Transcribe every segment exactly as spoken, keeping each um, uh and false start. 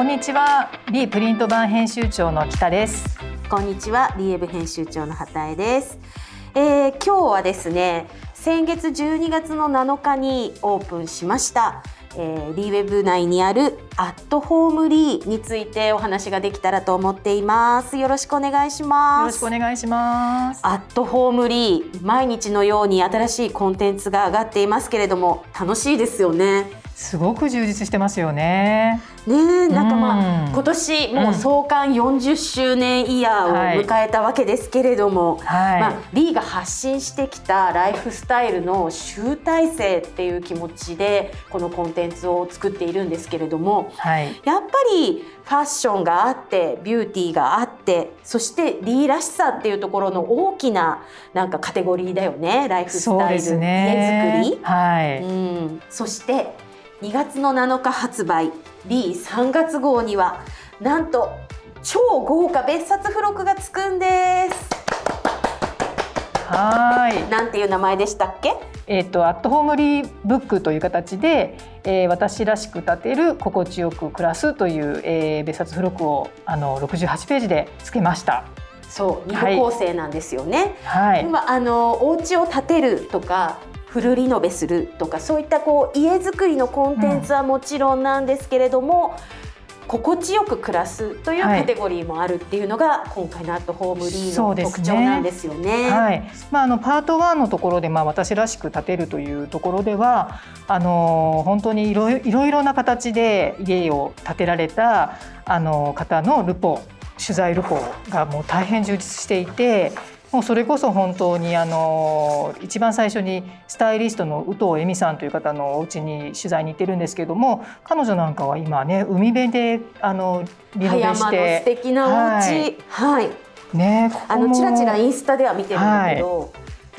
こんにちは。リープリント版編集長の北です。 こんにちは。リーエブ編集長の畑江です。えー、今日はですね、先月じゅうにがつのなのかにオープンしました、えー、リーウェブ内にあるアットホームリーについてお話ができたらと思っています。よろしくお願いします。 よろしくお願いします。 アットホームリー、毎日のように新しいコンテンツが上がっていますけれども、楽しいですよね。 すごく充実してますよね。 ねえ、なんかまあ、今年もう創刊よんじゅっしゅうねんイヤーを迎えたわけですけれども、はい、まあ、リーが発信してきたライフスタイルの集大成っていう気持ちでこのコンテンツを作っているんですけれども、はい、やっぱりファッションがあってビューティーがあって、そしてリーらしさっていうところの大きななんかカテゴリーだよね。ライフスタイル、家作り、はい、うん、そしてにがつのなのか発売、リーさんがつ号にはなんと超豪華別冊付録がつくんです。はい。なんていう名前でしたっけ？ えっとアットホームリーブックという形で、えー、私らしく立てる心地よく暮らすという、えー、別冊付録をあのろくじゅうはちページでつけました。 そう、に部構成なんですよね。 はい。 今あのお家を建てるとかフルリノベするとか、そういったこう家づくりのコンテンツはもちろんなんですけれども、うん、心地よく暮らすというカテゴリーもあるっていうのが今回のアットホームリーの特徴なんですよね。 はい。まあ、あのパートワンのところで、まあ、私らしく建てるというところではあの本当にいろいろいろな形で家を建てられたあの方のルポ取材ルポがもう大変充実していて、もうそれこそ本当にあの一番最初にスタイリストの宇藤恵美さんという方のお家に取材に行ってるんですけども、彼女なんかは今ね海辺であのリノベして、 葉山の素敵なお家、はい、はい、 ね、ここもあのチラチラインスタでは見てるんだけど、はい、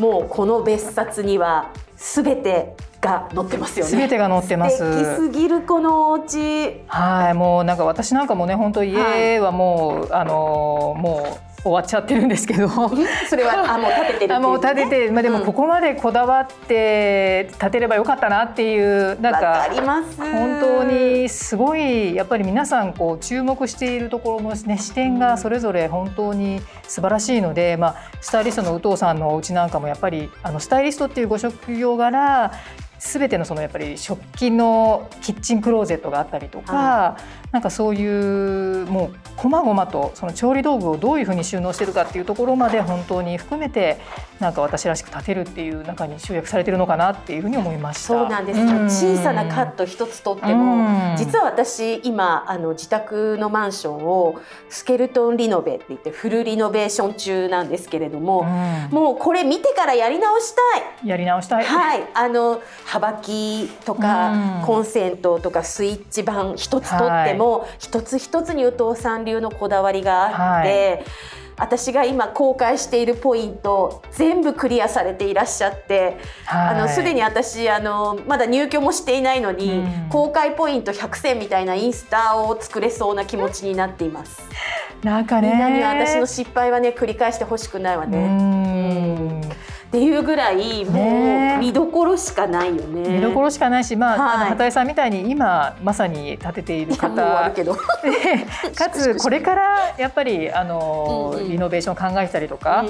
もうこの別冊にはすべてが載ってますよね。 すべてが載ってます。 素敵すぎるこのお家。 はい、もうなんか私なんかもね、本当家はもう、はい、あのもう終わっちゃってるんですけど、 それはあもう建ててるっていうね。あもう建てて、まあ、でもここまでこだわって建てればよかったなっていう、なんかわかります。 本当にすごいやっぱり皆さんこう注目しているところの、ね、視点がそれぞれ本当に素晴らしいので、まあ、スタイリストの宇藤さんのお家なんかもやっぱりあのスタイリストっていうご職業柄すべてのそのやっぱり食器のキッチンクローゼットがあったりとか、はい、なんかそういうもう細々とその調理道具をどういうふうに収納しているかっていうところまで本当に含めてなんか私らしく立てるっていう中に集約されているのかなっていうふうに思いました。 そうなんですよ。小さなカット一つとっても、実は私今あの自宅のマンションをスケルトンリノベって言ってフルリノベーション中なんですけれども、もうこれ見てからやり直したい。 やり直したい。 はい、あの幅木とか、うん、コンセントとかスイッチ板一つとっても、はい、一つ一つに宇藤さん流のこだわりがあって、はい、私が今公開しているポイント全部クリアされていらっしゃって、はい、あのすでに私あのまだ入居もしていないのに、うん、公開ポイントひゃくせんみたいなインスタを作れそうな気持ちになっています。 なんかね、 みんなには私の失敗はね繰り返してほしくないわね。うんっていうぐらいもう見どころしかないよね。 見どころしかないし、まあ、はい、あの畑井さんみたいに今まさに建てている方あるけどかつこれからやっぱりあの、うんうん、リノベーションを考えたりとか、うん、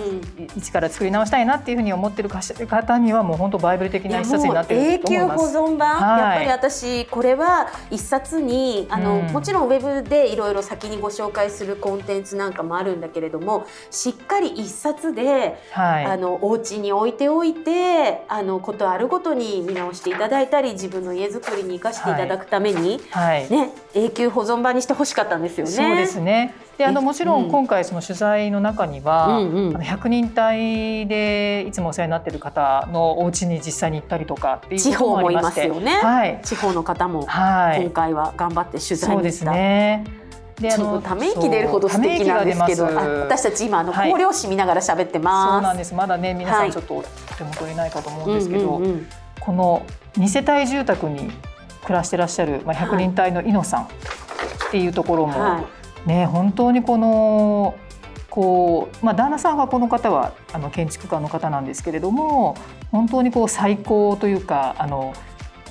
一から作り直したいなっていうふうに思っている方にはもう本当バイブル的な一冊になっていると思います。 永久保存版、はい、やっぱり私これは一冊にあの、うん、もちろんウェブでいろいろ先にご紹介するコンテンツなんかもあるんだけれども、しっかり一冊で、はい、あのお家に置いておいてあのことあるごとに見直していただいたり、自分の家づくりに生かしていただくために、はいはい、ね、永久保存版にしてほしかったんですよね。 そうですね。であのもちろん今回その取材の中には、うんうん、ひゃくにん隊でいつもお世話になっている方のお家に実際に行ったりとかっていうこともありまして、 地方もいますよね、はい、地方の方も今回は頑張って取材に行った、そうですね。でちょっとため息出るほど素敵なんですけど、私たち今あの光量紙見ながら喋ってます、はい、 そうなんです。まだね皆さんちょっと手元にないかと思うんですけど、このに世帯住宅に暮らしてらっしゃる、まあ、ひゃくにん隊の井野さんっていうところも、はい、ね、本当にこのこう、まあ、旦那さんはこの方はあの建築家の方なんですけれども、本当にこう最高というかあの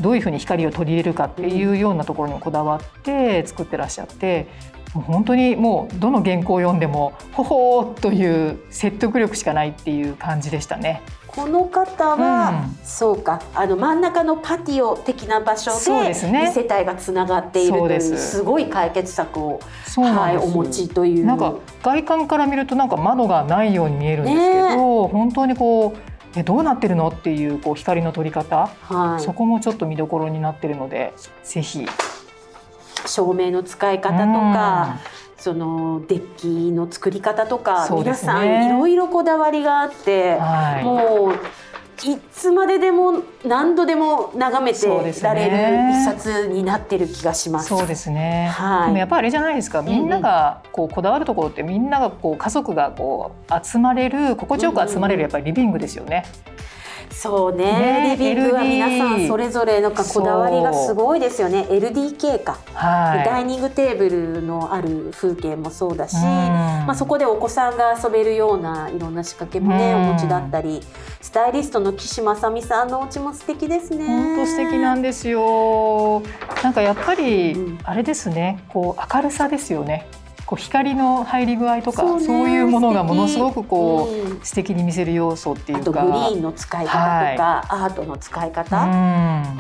どういうふうに光を取り入れるかっていうようなところにこだわって作ってらっしゃって、もう本当にもうどの原稿を読んでもほほーという説得力しかないっていう感じでしたね。 この方は、うん、そうか、あの真ん中のパティオ的な場所でに世帯がつながっているというすごい解決策を、はい、お持ちという。 なんか外観から見るとなんか窓がないように見えるんですけど、ね、本当にこうえどうなってるのっていう、こう光の取り方、はい、そこもちょっと見どころになってるので、ぜひ照明の使い方とか、うん、そのデッキの作り方とか、ね、皆さんいろいろこだわりがあって、はい、もういつまででも何度でも眺めてられる一冊になってる気がします。 そうですね、はい、でもやっぱりあれじゃないですか、みんながこうこだわるところって、みんながこう家族がこう集まれる、心地よく集まれるやっぱりリビングですよね。 そうね、リビングは皆さんそれぞれのこだわりがすごいですよね。 エルディーケー か、はい、ダイニングテーブルのある風景もそうだし、まあ、そこでお子さんが遊べるようないろんな仕掛けもねお持ちだったり、スタイリストの岸正美さんのお家も素敵ですね。 本当素敵なんですよ。なんかやっぱりあれですね、こう明るさですよね。こう光の入り具合とか、そう、ね、そういうものがものすごくこう、うん、素敵に見せる要素っていうか、 あとグリーンの使い方とか、はい、アートの使い方、うん、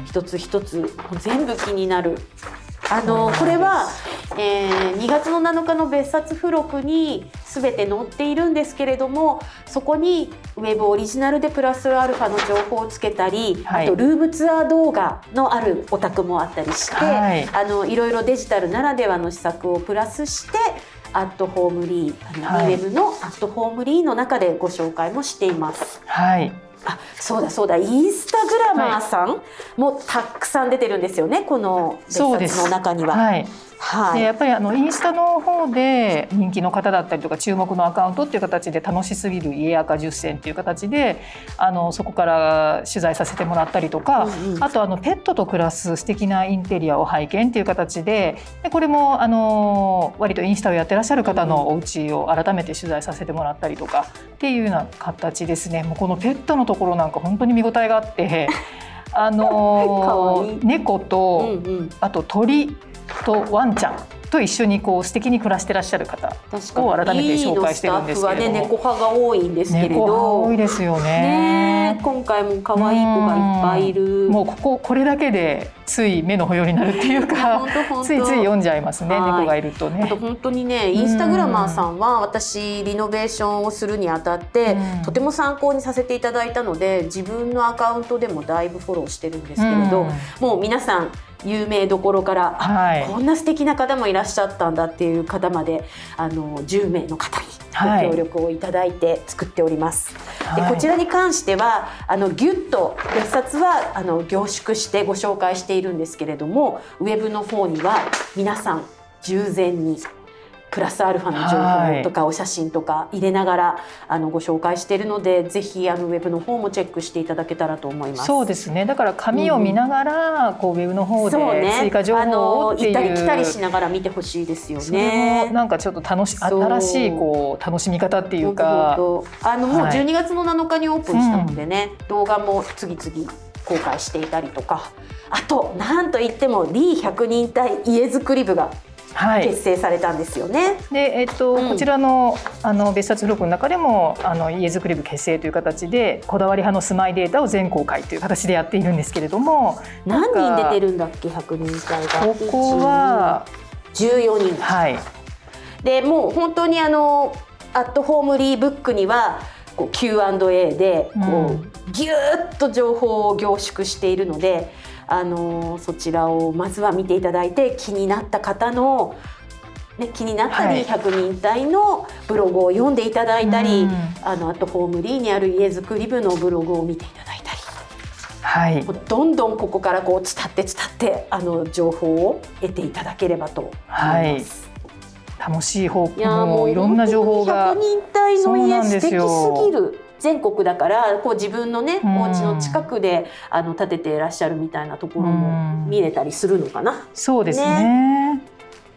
一つ一つ全部気になる。あのこれは、えー、にがつのなのかの別冊付録に全て載っているんですけれども、そこにウェブオリジナルでプラスアルファの情報をつけたり、はい、あとルームツアー動画のあるお宅もあったりして、はい、あのいろいろデジタルならではの施策をプラスして、アットホームリー、あの、はい、ウェブのアットホームリーの中でご紹介もしています。 はい、 あ、そうだそうだ、インスタグラマーさんもたくさん出てるんですよね、この別冊の中には。はいはい、 でやっぱりあのインスタの方で人気の方だったりとか注目のアカウントっていう形で、楽しすぎる家アカじゅっせんっていう形であのそこから取材させてもらったりとか、うんうん、あとあのペットと暮らす素敵なインテリアを拝見っていう形で、でこれもあの割とインスタをやってらっしゃる方のお家を改めて取材させてもらったりとかっていうような形ですね。もうこのペットのところなんか本当に見応えがあってあの猫と、うんうん、あと鳥とワンちゃんと一緒にこう素敵に暮らしてらっしゃる方を改めて紹介してるんですけれども、 いいのスタッフはね、猫派が多いんですけれど、 猫派多いですよ ね, ね今回も可愛い子がいっぱいいる。 もうこここれだけでつい目の保養になるっていうかついつい読んじゃいますね、はい、猫がいるとね。 あと本当にね、インスタグラマーさんは私リノベーションをするにあたってとても参考にさせていただいたので、自分のアカウントでもだいぶフォローしてるんですけれど、もう皆さん有名どころから、はい、こんな素敵な方もいらっしゃったんだっていう方まで、あのじゅうめいの方にご協力をいただいて作っております。はい、でこちらに関してはあのギュッと別冊はあの凝縮してご紹介しているんですけれども、ウェブの方には皆さん従前にプラスアルファの情報とかお写真とか入れながら、はい、あのご紹介しているので、ぜひあのウェブの方もチェックしていただけたらと思います。 そうですね、だから紙を見ながら、うん、こうウェブの方で追加情報をっていう、 ね、あの行ったり来たりしながら見てほしいですよね。それもなんかちょっと楽し新しいこう楽しみ方っていうか、 あのもうじゅうにがつのなのかにオープンしたのでね、はい、うん、動画も次々公開していたりとか、あとなんといっても ディーひゃくにんたい家づくり部が結成されたんですよね。はい、 でえっとうん、こちら の, あの別冊付録の中でもあの家づくり部結成という形でこだわり派の住まいデータを全公開という形でやっているんですけれども、 何人出てるんだっけ、ひゃくにんたいが。 ここはじゅうよにん、 はい、 でもう本当にあのアットホームリーブックにはこう キューアンドエー でこう、うん、ギューッと情報を凝縮しているので、あのそちらをまずは見ていただいて、気になった方の、ね、気になったりひゃくにんたいのブログを読んでいただいたり、うん、あのアットホームリーにある家づくり部のブログを見ていただいたり、はい、もうどんどんここからこう伝って伝ってあの情報を得ていただければと思います。 はい、楽しい方向もいろんな情報が。 ひゃくにんたいの家素敵すぎる。全国だからこう自分のね、うん、お家の近くであの建てていらっしゃるみたいなところも見れたりするのかな。 そうですね。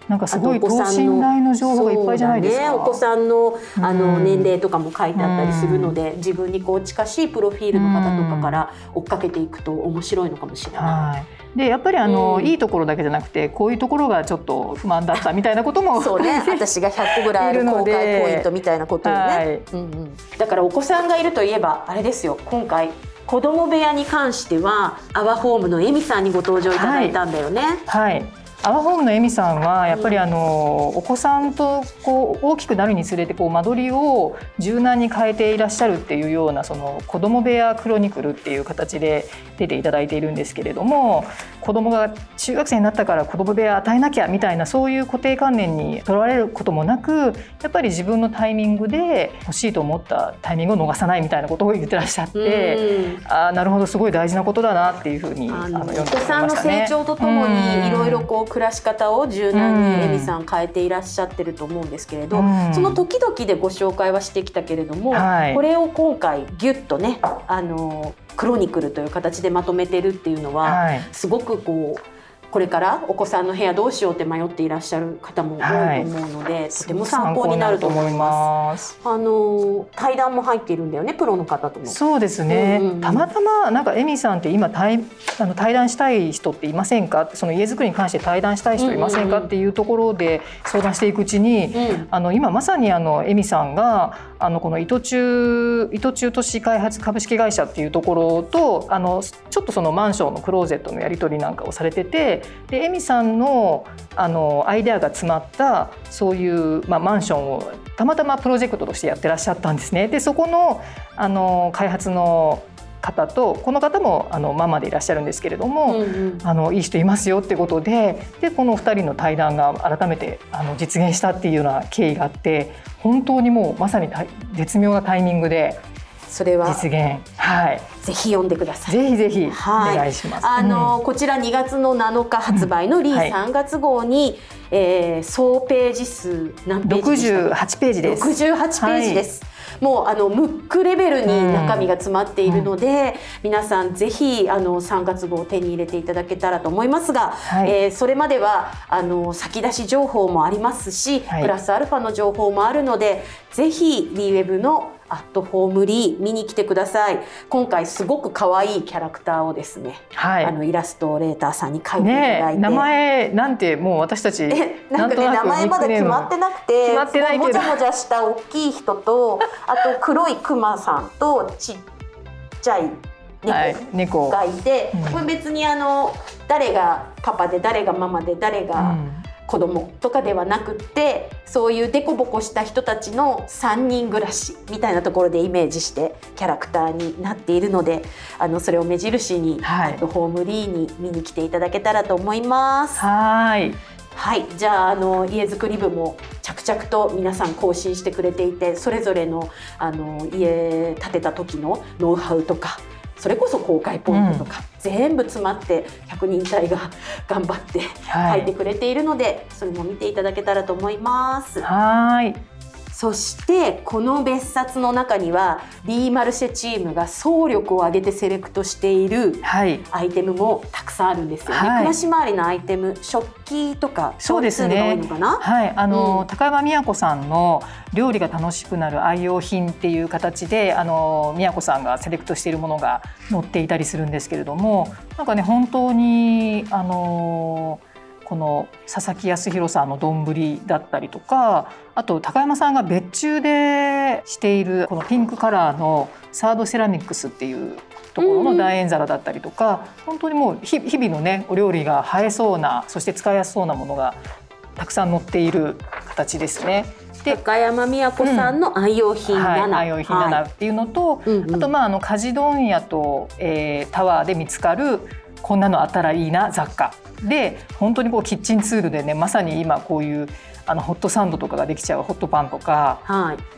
なんかすごい等身大の情報がいっぱいじゃないですか。 お子さんの、あの年齢とかも書いてあったりするので、自分にこう近しいプロフィールの方とかから追っかけていくと面白いのかもしれない。 はい、でやっぱりあの、うん、いいところだけじゃなくてこういうところがちょっと不満だったみたいなこともそうね私がひゃっこぐらいある公開ポイントみたいなことよね、はいうんうん、だからお子さんがいるといえばあれですよ、今回子ども部屋に関してはアワホームのエミさんにご登場いただいたんだよね。 はい、はいアワホームのエミさんはやっぱりあの、うん、お子さんとこう大きくなるにつれてこう間取りを柔軟に変えていらっしゃるっていうようなその子ども部屋クロニクルっていう形で出ていただいているんですけれども、子どもが中学生になったから子ども部屋与えなきゃみたいなそういう固定観念にとらわれることもなく、やっぱり自分のタイミングで欲しいと思ったタイミングを逃さないみたいなことを言ってらっしゃって、うん、あなるほどすごい大事なことだなっていうふうにあのお子さんの成長とともにいろいろこう暮らし方を柔軟にエミさん変えていらっしゃってると思うんですけれど、うん、その時々でご紹介はしてきたけれども、はい、これを今回ギュッとねあのクロニクルという形でまとめてるっていうのは、はい、すごくこうこれからお子さんの部屋どうしようって迷っていらっしゃる方も多いと思うので、はい、とても参考になると思います。あの対談も入っているんだよね、プロの方とも。 そうですね、うんうんうん、たまたまなんかエミさんって今対あの対談したい人っていませんか、その家づくりに関して対談したい人いませんかっていうところで相談していくうちに、うん、あの今まさにあのエミさんがあのこの伊藤忠伊藤忠都市開発株式会社っていうところとあのちょっとそのマンションのクローゼットのやり取りなんかをされてて、でエミさんのあのアイデアが詰まったそういう、まあ、マンションをたまたまプロジェクトとしてやってらっしゃったんですね。でそこの、あの開発の方とこの方もあのママでいらっしゃるんですけれども、うんうん、あのいい人いますよってことで、でこのふたりの対談が改めてあの実現したっていうような経緯があって、本当にもうまさに絶妙なタイミングでそれは実現、はい、 ぜひ読んでください。 ぜひぜひお願いします。 はい、あの、うん、こちらにがつのなのか発売のリーさんがつ号に、はいえー、総ページ数何ページでしたか？ろくじゅうはちページです。ろくじゅうはちページです。はい、もうあのムックレベルに中身が詰まっているので、うん、皆さんぜひあのさんがつ号を手に入れていただけたらと思いますが、はいえー、それまではあの先出し情報もありますし、はい、プラスアルファの情報もあるので、ぜひリーウェブのアットホームリー見に来てください。今回すごく可愛いキャラクターをですね、はい、あのイラストレーターさんに描いていただいて、ね、 名前なんてもう私たちなんかね名前まだ決まってなくて、決まってないけどもじゃもじゃした大きい人とあと黒いクマさんとちっちゃい猫がいて、はい、これ別にあの誰がパパで誰がママで誰が、うん子供とかではなくって、そういうデコボコした人たちのさんにん暮らしみたいなところでイメージしてキャラクターになっているので、あのそれを目印に、はい、ホームリーに見に来ていただけたらと思います。はいはい、じゃあ、あの家づくり部も着々と皆さん更新してくれていて、それぞれの、あの家建てた時のノウハウとかそれこそ公開ポイントとか、うん、全部詰まってひゃくにん隊が頑張って書いてくれているので、はい、それも見ていただけたらと思います。はいそしてこの別冊の中にはリーマルシェチームが総力を挙げてセレクトしているアイテムもたくさんあるんですよね、はい、暮らし周りのアイテム、食器とかそうですね、が多いのかな、はい、あの、うん、高山都さんの料理が楽しくなる愛用品っていう形であの都さんがセレクトしているものが載っていたりするんですけれども、なんかね本当にあのこの佐々木康弘さんの丼だったりとか、あと高山さんが別注でしているこのピンクカラーのサードセラミックスっていうところの楕円皿だったりとか、うん、本当にもう日々のねお料理が映えそうな、そして使いやすそうなものがたくさん載っている形ですね。 で高山都さんの愛用品なな、うんはい、愛用品ななっていうのと、はいうんうん、あとまああの家事問屋と、えー、タワーで見つかるこんなのあったらいいな雑貨で、本当にこうキッチンツールでね、まさに今こういうあのホットサンドとかができちゃうホットパンとか、はい、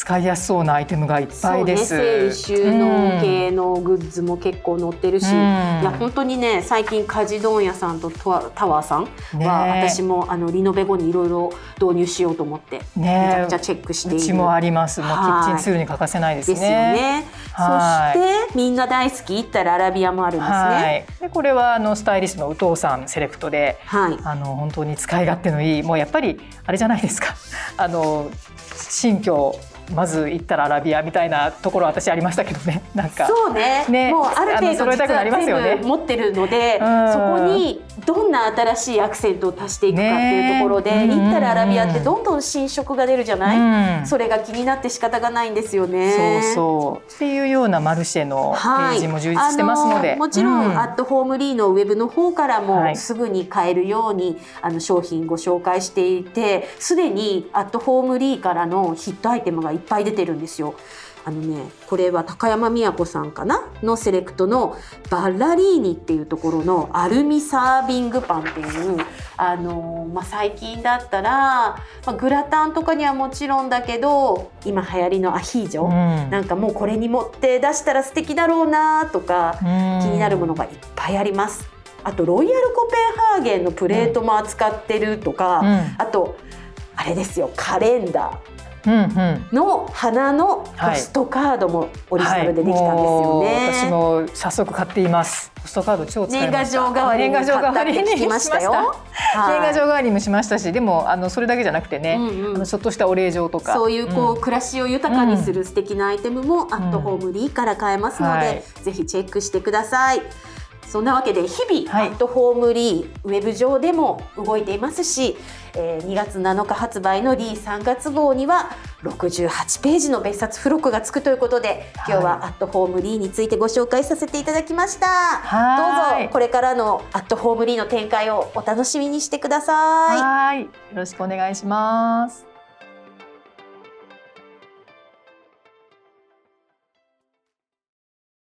使いやすそうなアイテムがいっぱいです。 そうね、整理収納系のグッズも結構載ってるし、うん、いや本当にね、最近家事問屋さんとタワーさんは、ね、私もあのリノベ後にいろいろ導入しようと思って、ね、めちゃくちゃチェックしている。 うちもあります。もうキッチンツールに欠かせないですね。 ですよね。そしてみんな大好き言ったらアラビアもあるんですね。はい、 でこれはあのスタイリストの宇藤さんセレクトで、はい、あの本当に使い勝手のいい、もうやっぱりあれじゃないですか。あの新居まず行ったらアラビアみたいなところ私ありましたけどね。なんかそうね、ね、もうある程度揃えたくなりますよね。 全部持ってるので、そこにどんな新しいアクセントを足していくかっていうところで、ね、行ったらアラビアってどんどん新色が出るじゃない、うん、それが気になって仕方がないんですよね。 そうそうっていうようなマルシェのページも充実してますので、はい、 もちろん、うん、アットホームリーのウェブの方からもすぐに買えるように、はい、あの商品ご紹介していて、すでにアットホームリーからのヒットアイテムがいっぱい出てるんですよ。あのね、これは高山美也子さんかなのセレクトのバッラリーニっていうところのアルミサービングパンっていう、あのーまあ、最近だったら、まあ、グラタンとかにはもちろんだけど今流行りのアヒージョ、うん、なんかもうこれに持って出したら素敵だろうなとか、うん、気になるものがいっぱいあります。あとロイヤルコペンハーゲンのプレートも扱ってるとか、うん、あとあれですよ、カレンダーの花のポストカードもオリジナルでできたんですよね。はいはい、 私も早速買っています。ポストカード超使いました。 年賀状代わりに買ったって聞きましたよ。 年賀状代わりにもしましたし、でもあのそれだけじゃなくてね、うんうん、あのちょっとしたお礼状とか、 そういうこう、うん、暮らしを豊かにする素敵なアイテムもアットホームリーから買えますので、うんはい、ぜひチェックしてください。そんなわけで日々、はい、アットホームリーウェブ上でも動いていますし、えー、にがつなのか発売のリーさんがつ号にはろくじゅうはちページの別冊付録がつくということで、今日はアットホームリーについてご紹介させていただきました。どうぞこれからのアットホームリーの展開をお楽しみにしてください。 はい、よろしくお願いします。